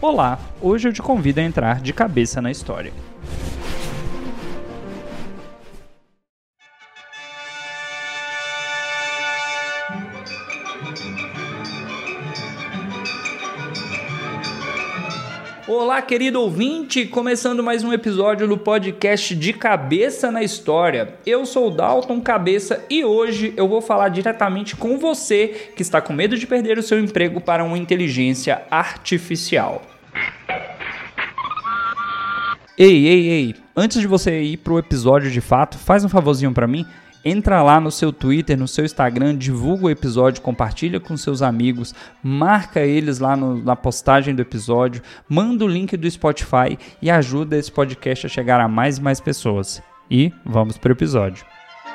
Olá, hoje eu te convido a entrar de cabeça na história. Olá, querido ouvinte, começando mais um episódio do podcast De Cabeça na História. Eu sou o Dalton Cabeça e hoje eu vou falar diretamente com você que está com medo de perder o seu emprego para uma inteligência artificial. Ei, antes de você ir pro episódio de fato, faz um favorzinho para mim. Entra lá no seu Twitter, no seu Instagram, divulga o episódio, compartilha com seus amigos, marca eles lá na postagem do episódio, manda o link do Spotify e ajuda esse podcast a chegar a mais e mais pessoas. E vamos pro episódio.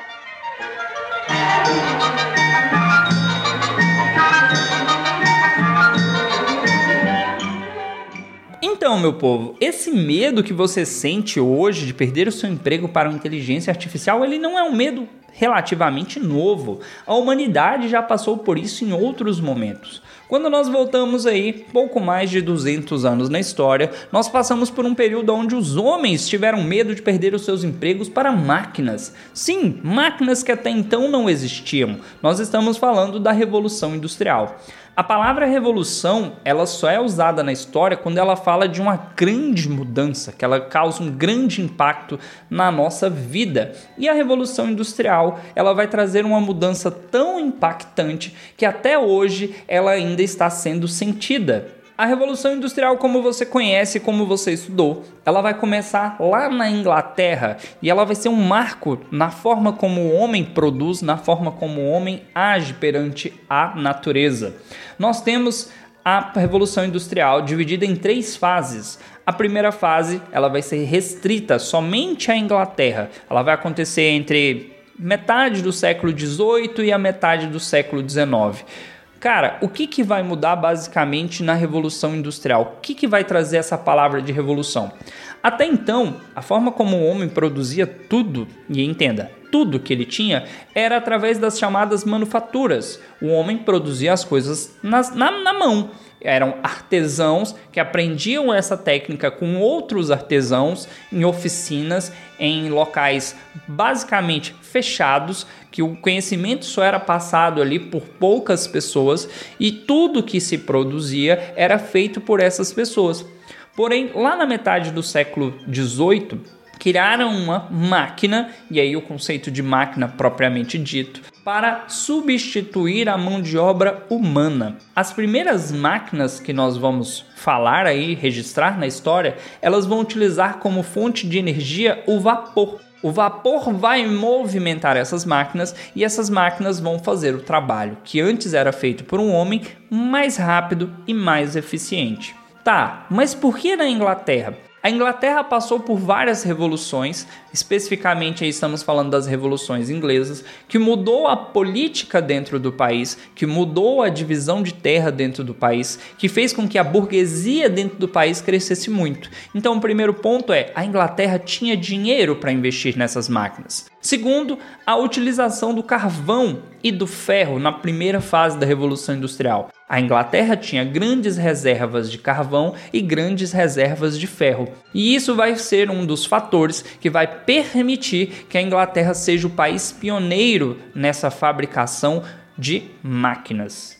Então, meu povo, esse medo que você sente hoje de perder o seu emprego para uma inteligência artificial, ele não é um medo relativamente novo. A humanidade já passou por isso em outros momentos. Quando nós voltamos aí, pouco mais de 200 anos na história, nós passamos por um período onde os homens tiveram medo de perder os seus empregos para máquinas. Sim, máquinas que até então não existiam. Nós estamos falando da Revolução Industrial. A palavra revolução, ela só é usada na história quando ela fala de uma grande mudança, que ela causa um grande impacto na nossa vida. E a Revolução Industrial, ela vai trazer uma mudança tão impactante que até hoje ela ainda está sendo sentida. A Revolução Industrial, como você conhece, como você estudou, ela vai começar lá na Inglaterra e ela vai ser um marco na forma como o homem produz, na forma como o homem age perante a natureza. Nós temos a Revolução Industrial dividida em 3 fases. A primeira fase, ela vai ser restrita somente à Inglaterra. Ela vai acontecer entre metade do século XVIII e a metade do século XIX. Cara, o que vai mudar basicamente na Revolução Industrial? O que vai trazer essa palavra de revolução? Até então, a forma como o homem produzia tudo, e entenda, tudo que ele tinha, era através das chamadas manufaturas. O homem produzia as coisas na mão. Eram artesãos que aprendiam essa técnica com outros artesãos em oficinas, em locais basicamente fechados, que o conhecimento só era passado ali por poucas pessoas e tudo que se produzia era feito por essas pessoas. Porém, lá na metade do século XVIII, criaram uma máquina, e aí o conceito de máquina propriamente dito, para substituir a mão de obra humana. As primeiras máquinas que nós vamos falar aí, registrar na história, elas vão utilizar como fonte de energia o vapor. O vapor vai movimentar essas máquinas e essas máquinas vão fazer o trabalho que antes era feito por um homem mais rápido e mais eficiente. Tá, mas por que na Inglaterra? A Inglaterra passou por várias revoluções, especificamente aí estamos falando das revoluções inglesas, que mudou a política dentro do país, que mudou a divisão de terra dentro do país, que fez com que a burguesia dentro do país crescesse muito. Então o primeiro ponto é, a Inglaterra tinha dinheiro para investir nessas máquinas. Segundo, a utilização do carvão e do ferro na primeira fase da Revolução Industrial. A Inglaterra tinha grandes reservas de carvão e grandes reservas de ferro. E isso vai ser um dos fatores que vai permitir que a Inglaterra seja o país pioneiro nessa fabricação de máquinas.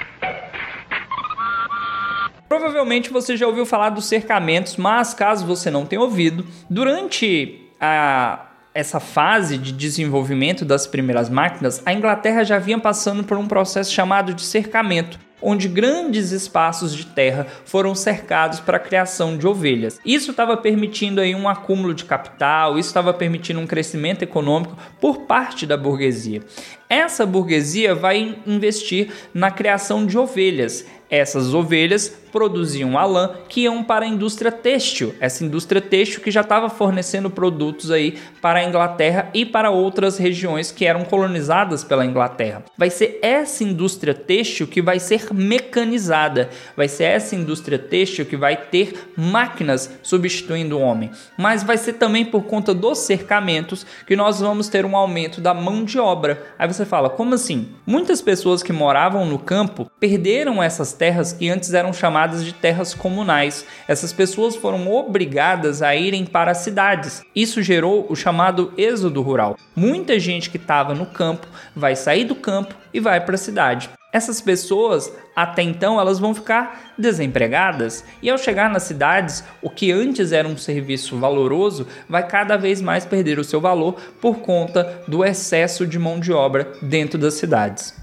Provavelmente você já ouviu falar dos cercamentos, mas caso você não tenha ouvido, durante essa fase de desenvolvimento das primeiras máquinas, a Inglaterra já vinha passando por um processo chamado de cercamento, onde grandes espaços de terra foram cercados para a criação de ovelhas. Isso estava permitindo aí um acúmulo de capital, isso estava permitindo um crescimento econômico por parte da burguesia. Essa burguesia vai investir na criação de ovelhas. Essas ovelhas produziam a lã que iam para a indústria têxtil. Essa indústria têxtil que já estava fornecendo produtos aí para a Inglaterra e para outras regiões que eram colonizadas pela Inglaterra. Vai ser essa indústria têxtil que vai ser mecanizada. Vai ser essa indústria têxtil que vai ter máquinas substituindo o homem. Mas vai ser também por conta dos cercamentos que nós vamos ter um aumento da mão de obra. Aí você fala, como assim? Muitas pessoas que moravam no campo perderam essas terras que antes eram chamadas de terras comunais. Essas pessoas foram obrigadas a irem para as cidades. Isso gerou o chamado êxodo rural. Muita gente que estava no campo vai sair do campo e vai para a cidade. Essas pessoas, até então, elas vão ficar desempregadas e ao chegar nas cidades, o que antes era um serviço valoroso vai cada vez mais perder o seu valor por conta do excesso de mão de obra dentro das cidades.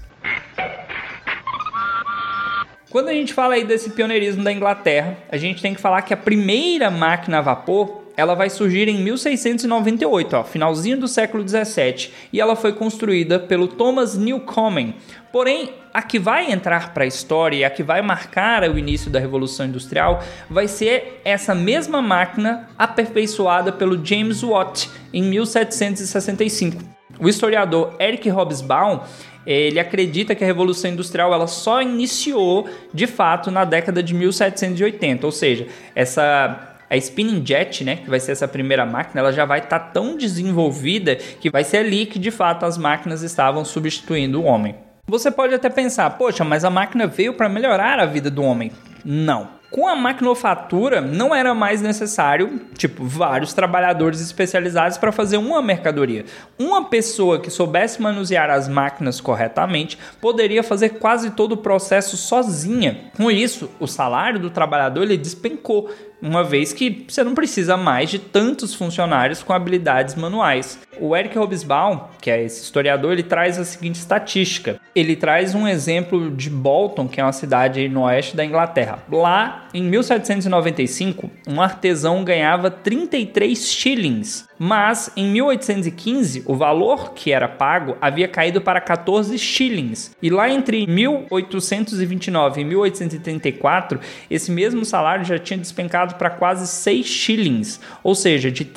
Quando a gente fala aí desse pioneirismo da Inglaterra, a gente tem que falar que a primeira máquina a vapor ela vai surgir em 1698, finalzinho do século 17, e ela foi construída pelo Thomas Newcomen. Porém, a que vai entrar para a história e a que vai marcar o início da Revolução Industrial vai ser essa mesma máquina aperfeiçoada pelo James Watt em 1765. O historiador Eric Hobsbawm ele acredita que a Revolução Industrial ela só iniciou de fato na década de 1780, ou seja, a spinning jet, né, que vai ser essa primeira máquina, ela já vai estar tão desenvolvida que vai ser ali que de fato as máquinas estavam substituindo o homem. Você pode até pensar, poxa, mas a máquina veio para melhorar a vida do homem. Não. Com a maquinofatura, não era mais necessário, vários trabalhadores especializados para fazer uma mercadoria. Uma pessoa que soubesse manusear as máquinas corretamente poderia fazer quase todo o processo sozinha. Com isso, o salário do trabalhador ele despencou, uma vez que você não precisa mais de tantos funcionários com habilidades manuais. O Eric Hobsbawm, que é esse historiador, ele traz a seguinte estatística. Ele traz um exemplo de Bolton, que é uma cidade no oeste da Inglaterra. Lá, em 1795, um artesão ganhava 33 shillings, mas em 1815 o valor que era pago havia caído para 14 shillings. E lá entre 1829 e 1834, esse mesmo salário já tinha despencado para quase 6 shillings, ou seja, de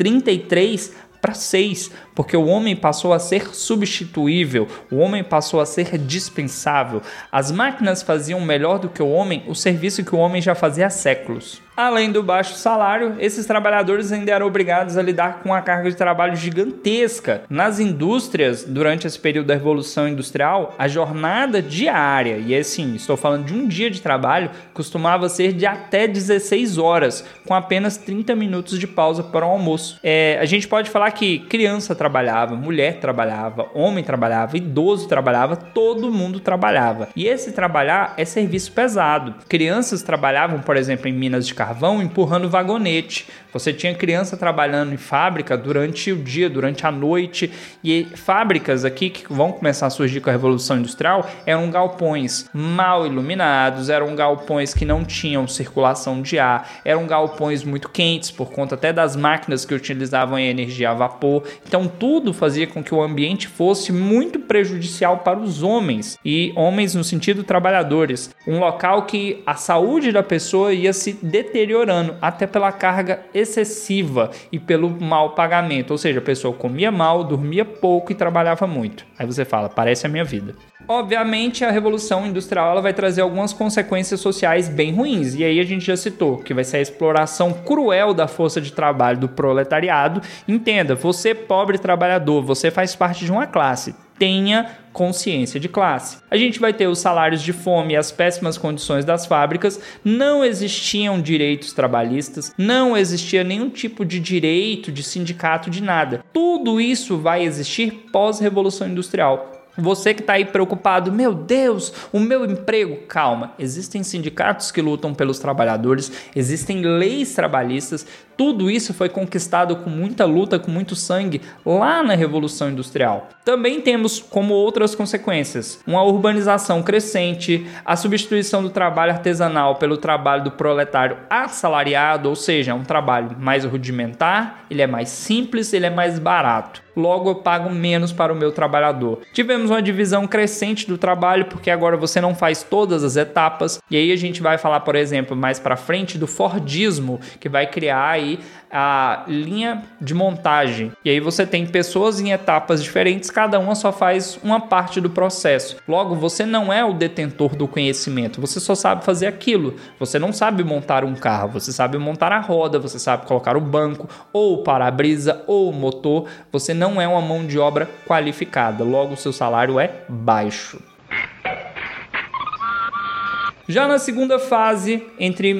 33 para 6, porque o homem passou a ser substituível, o homem passou a ser dispensável. As máquinas faziam melhor do que o homem o serviço que o homem já fazia há séculos. Além do baixo salário, esses trabalhadores ainda eram obrigados a lidar com uma carga de trabalho gigantesca. Nas indústrias, durante esse período da Revolução Industrial, a jornada diária, e assim, estou falando de um dia de trabalho, costumava ser de até 16 horas, com apenas 30 minutos de pausa para o almoço. A gente pode falar que criança trabalhava, mulher trabalhava, homem trabalhava, idoso trabalhava, todo mundo trabalhava. E esse trabalhar é serviço pesado. Crianças trabalhavam, por exemplo, em minas de carvão, empurrando vagonete. Você tinha criança trabalhando em fábrica durante o dia, durante a noite. E fábricas aqui que vão começar a surgir com a Revolução Industrial eram galpões mal iluminados, eram galpões que não tinham circulação de ar, eram galpões muito quentes por conta até das máquinas que utilizavam a energia a vapor. Então tudo fazia com que o ambiente fosse muito prejudicial para os homens, e homens no sentido trabalhadores. Um local que a saúde da pessoa ia se deteriorando, até pela carga excessiva e pelo mau pagamento, ou seja, a pessoa comia mal, dormia pouco e trabalhava muito. Aí você fala, parece a minha vida. Obviamente, a Revolução Industrial ela vai trazer algumas consequências sociais bem ruins, e aí a gente já citou, que vai ser a exploração cruel da força de trabalho do proletariado. Entenda, você pobre trabalhador, você faz parte de uma classe. Tenha consciência de classe. A gente vai ter os salários de fome e as péssimas condições das fábricas. Não existiam direitos trabalhistas, não existia nenhum tipo de direito, de sindicato, de nada. Tudo isso vai existir pós-Revolução Industrial. Você que está aí preocupado, meu Deus, o meu emprego, calma, existem sindicatos que lutam pelos trabalhadores, existem leis trabalhistas, tudo isso foi conquistado com muita luta, com muito sangue lá na Revolução Industrial. Também temos como outras consequências uma urbanização crescente, a substituição do trabalho artesanal pelo trabalho do proletário assalariado, ou seja, é um trabalho mais rudimentar, ele é mais simples, ele é mais barato. logo eu pago menos para o meu trabalhador. Tivemos uma divisão crescente do trabalho, porque agora você não faz todas as etapas, e aí a gente vai falar, por exemplo, mais para frente do Fordismo, que vai criar aí a linha de montagem. E aí você tem pessoas em etapas diferentes, cada uma só faz uma parte do processo. Logo, você não é o detentor do conhecimento, você só sabe fazer aquilo. Você não sabe montar um carro, você sabe montar a roda, você sabe colocar o banco, ou o para-brisa, ou o motor. Você não é uma mão de obra qualificada, logo o seu salário é baixo. Já na segunda fase, entre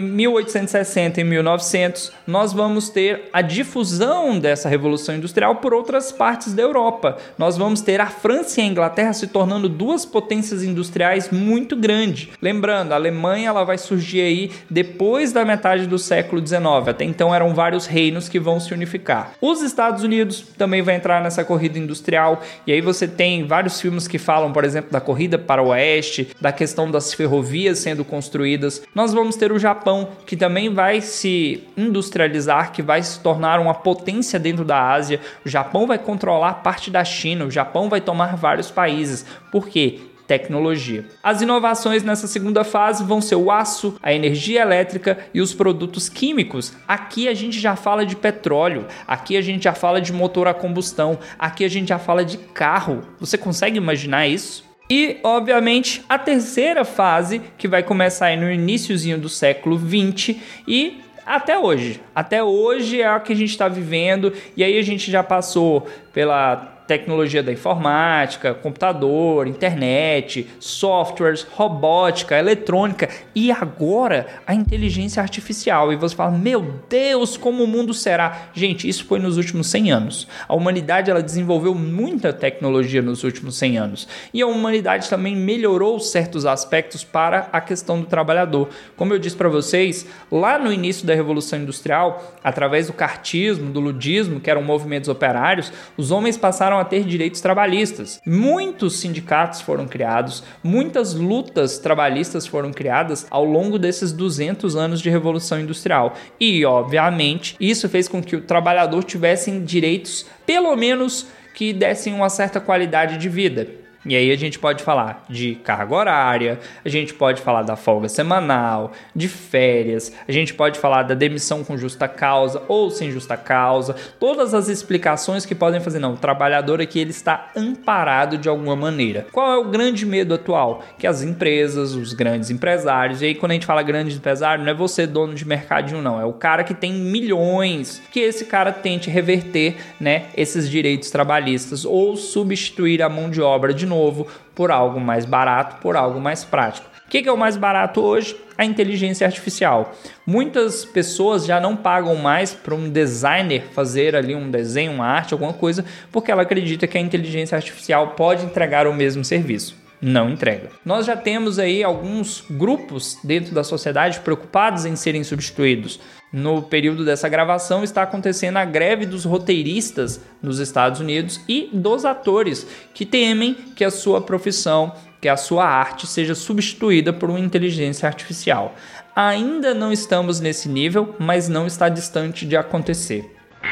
1860 e 1900, nós vamos ter a difusão dessa Revolução Industrial por outras partes da Europa. Nós vamos ter a França e a Inglaterra se tornando duas potências industriais muito grandes. Lembrando, a Alemanha ela vai surgir aí depois da metade do século XIX. Até então eram vários reinos que vão se unificar. Os Estados Unidos também vai entrar nessa corrida industrial. E aí você tem vários filmes que falam, por exemplo, da corrida para o oeste, da questão das ferrovias sendo construídas. Nós vamos ter o Japão, que também vai se industrializar, que vai se tornar uma potência dentro da Ásia. O Japão vai controlar parte da China, o Japão vai tomar vários países. Por quê? Tecnologia. As inovações nessa segunda fase vão ser o aço, a energia elétrica e os produtos químicos. Aqui a gente já fala de petróleo, aqui a gente já fala de motor a combustão, aqui a gente já fala de carro. Você consegue imaginar isso? E, obviamente, a terceira fase, que vai começar aí no iniciozinho do século XX e até hoje. Até hoje é o que a gente está vivendo, e aí a gente já passou pela tecnologia da informática, computador, internet, softwares, robótica, eletrônica e agora a inteligência artificial. E você fala, meu Deus, como o mundo será? Gente, isso foi nos últimos 100 anos. A humanidade ela desenvolveu muita tecnologia nos últimos 100 anos. E a humanidade também melhorou certos aspectos para a questão do trabalhador. Como eu disse para vocês, lá no início da Revolução Industrial, através do cartismo, do ludismo, que eram movimentos operários, os homens passaram a ter direitos trabalhistas. Muitos sindicatos foram criados, muitas lutas trabalhistas foram criadas ao longo desses 200 anos de Revolução Industrial. E, obviamente, isso fez com que o trabalhador tivesse direitos, pelo menos, que dessem uma certa qualidade de vida. E aí a gente pode falar de carga horária, a gente pode falar da folga semanal, de férias, a gente pode falar da demissão com justa causa ou sem justa causa, todas as explicações que podem fazer. Não, o trabalhador aqui ele está amparado de alguma maneira. Qual é o grande medo atual? Que as empresas, os grandes empresários, e aí quando a gente fala grande empresário, não é você dono de mercadinho não, é o cara que tem milhões, que esse cara tente reverter, né, esses direitos trabalhistas ou substituir a mão de obra de novo por algo mais barato, por algo mais prático. O que é o mais barato hoje? A inteligência artificial. Muitas pessoas já não pagam mais para um designer fazer ali um desenho, uma arte, alguma coisa, porque ela acredita que a inteligência artificial pode entregar o mesmo serviço. Não entrega. Nós já temos aí alguns grupos dentro da sociedade preocupados em serem substituídos. No período dessa gravação está acontecendo a greve dos roteiristas nos Estados Unidos e dos atores que temem que a sua profissão, que a sua arte seja substituída por uma inteligência artificial. Ainda não estamos nesse nível, mas não está distante de acontecer.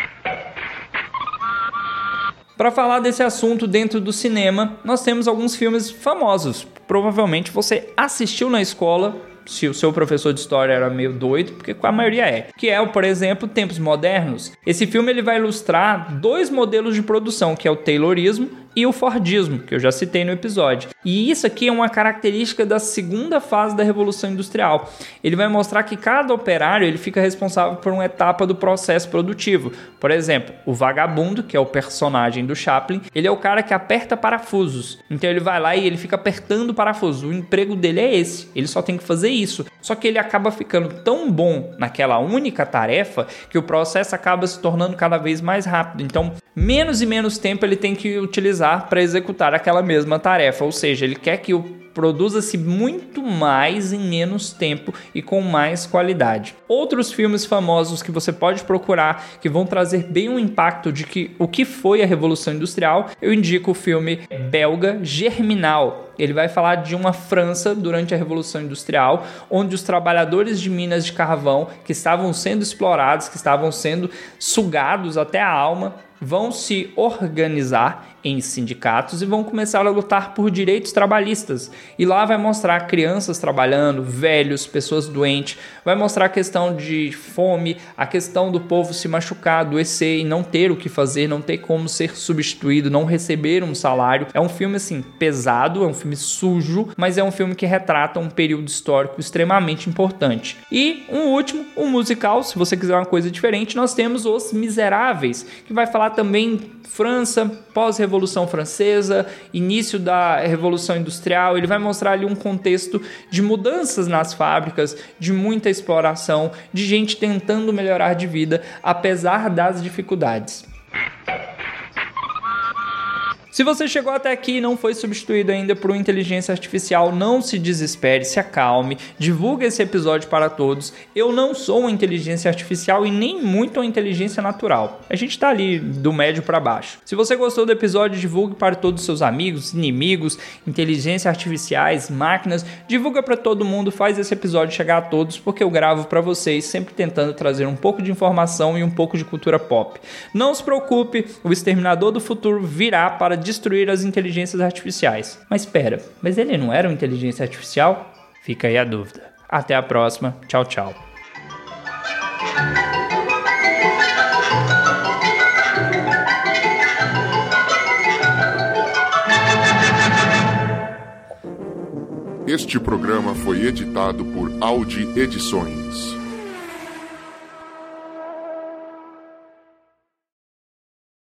Para falar desse assunto dentro do cinema, nós temos alguns filmes famosos. Provavelmente você assistiu na escola, se o seu professor de história era meio doido, porque a maioria é. Que é, por exemplo, Tempos Modernos. Esse filme ele vai ilustrar dois modelos de produção, que é o Taylorismo e o Fordismo, que eu já citei no episódio. E isso aqui é uma característica da segunda fase da Revolução Industrial. Ele vai mostrar que cada operário ele fica responsável por uma etapa do processo produtivo. Por exemplo, o vagabundo, que é o personagem do Chaplin, ele é o cara que aperta parafusos. Então ele vai lá e ele fica apertando parafusos. O emprego dele é esse. Ele só tem que fazer isso. Só que ele acaba ficando tão bom naquela única tarefa que o processo acaba se tornando cada vez mais rápido. Então, menos e menos tempo ele tem que utilizar para executar aquela mesma tarefa, ou seja, ele quer que produza-se muito mais em menos tempo e com mais qualidade. Outros filmes famosos que você pode procurar que vão trazer bem um impacto de o que foi a Revolução Industrial, eu indico o filme belga Germinal. Ele vai falar de uma França durante a Revolução Industrial, onde os trabalhadores de minas de carvão que estavam sendo explorados, que estavam sendo sugados até a alma, vão se organizar em sindicatos e vão começar a lutar por direitos trabalhistas. E lá vai mostrar crianças trabalhando, velhos, pessoas doentes, vai mostrar a questão de fome, a questão do povo se machucar, adoecer e não ter o que fazer, não ter como ser substituído, não receber um salário. É um filme assim pesado, é um filme sujo, mas é um filme que retrata um período histórico extremamente importante. E um último, um musical, se você quiser uma coisa diferente, nós temos Os Miseráveis, que vai falar também França, pós-Revolução Francesa, início da Revolução Industrial. Ele vai mostrar ali um contexto de mudanças nas fábricas, de muita exploração, de gente tentando melhorar de vida, apesar das dificuldades. Se você chegou até aqui e não foi substituído ainda por uma inteligência artificial, não se desespere, se acalme, divulgue esse episódio para todos. Eu não sou uma inteligência artificial e nem muito uma inteligência natural. A gente tá ali do médio para baixo. Se você gostou do episódio, divulgue para todos os seus amigos, inimigos, inteligências artificiais, máquinas. Divulga para todo mundo, faz esse episódio chegar a todos, porque eu gravo para vocês, sempre tentando trazer um pouco de informação e um pouco de cultura pop. Não se preocupe, o Exterminador do Futuro virá para destruir as inteligências artificiais. Mas espera, mas ele não era uma inteligência artificial? Fica aí a dúvida. Até a próxima. Tchau, tchau. Este programa foi editado por Audi Edições.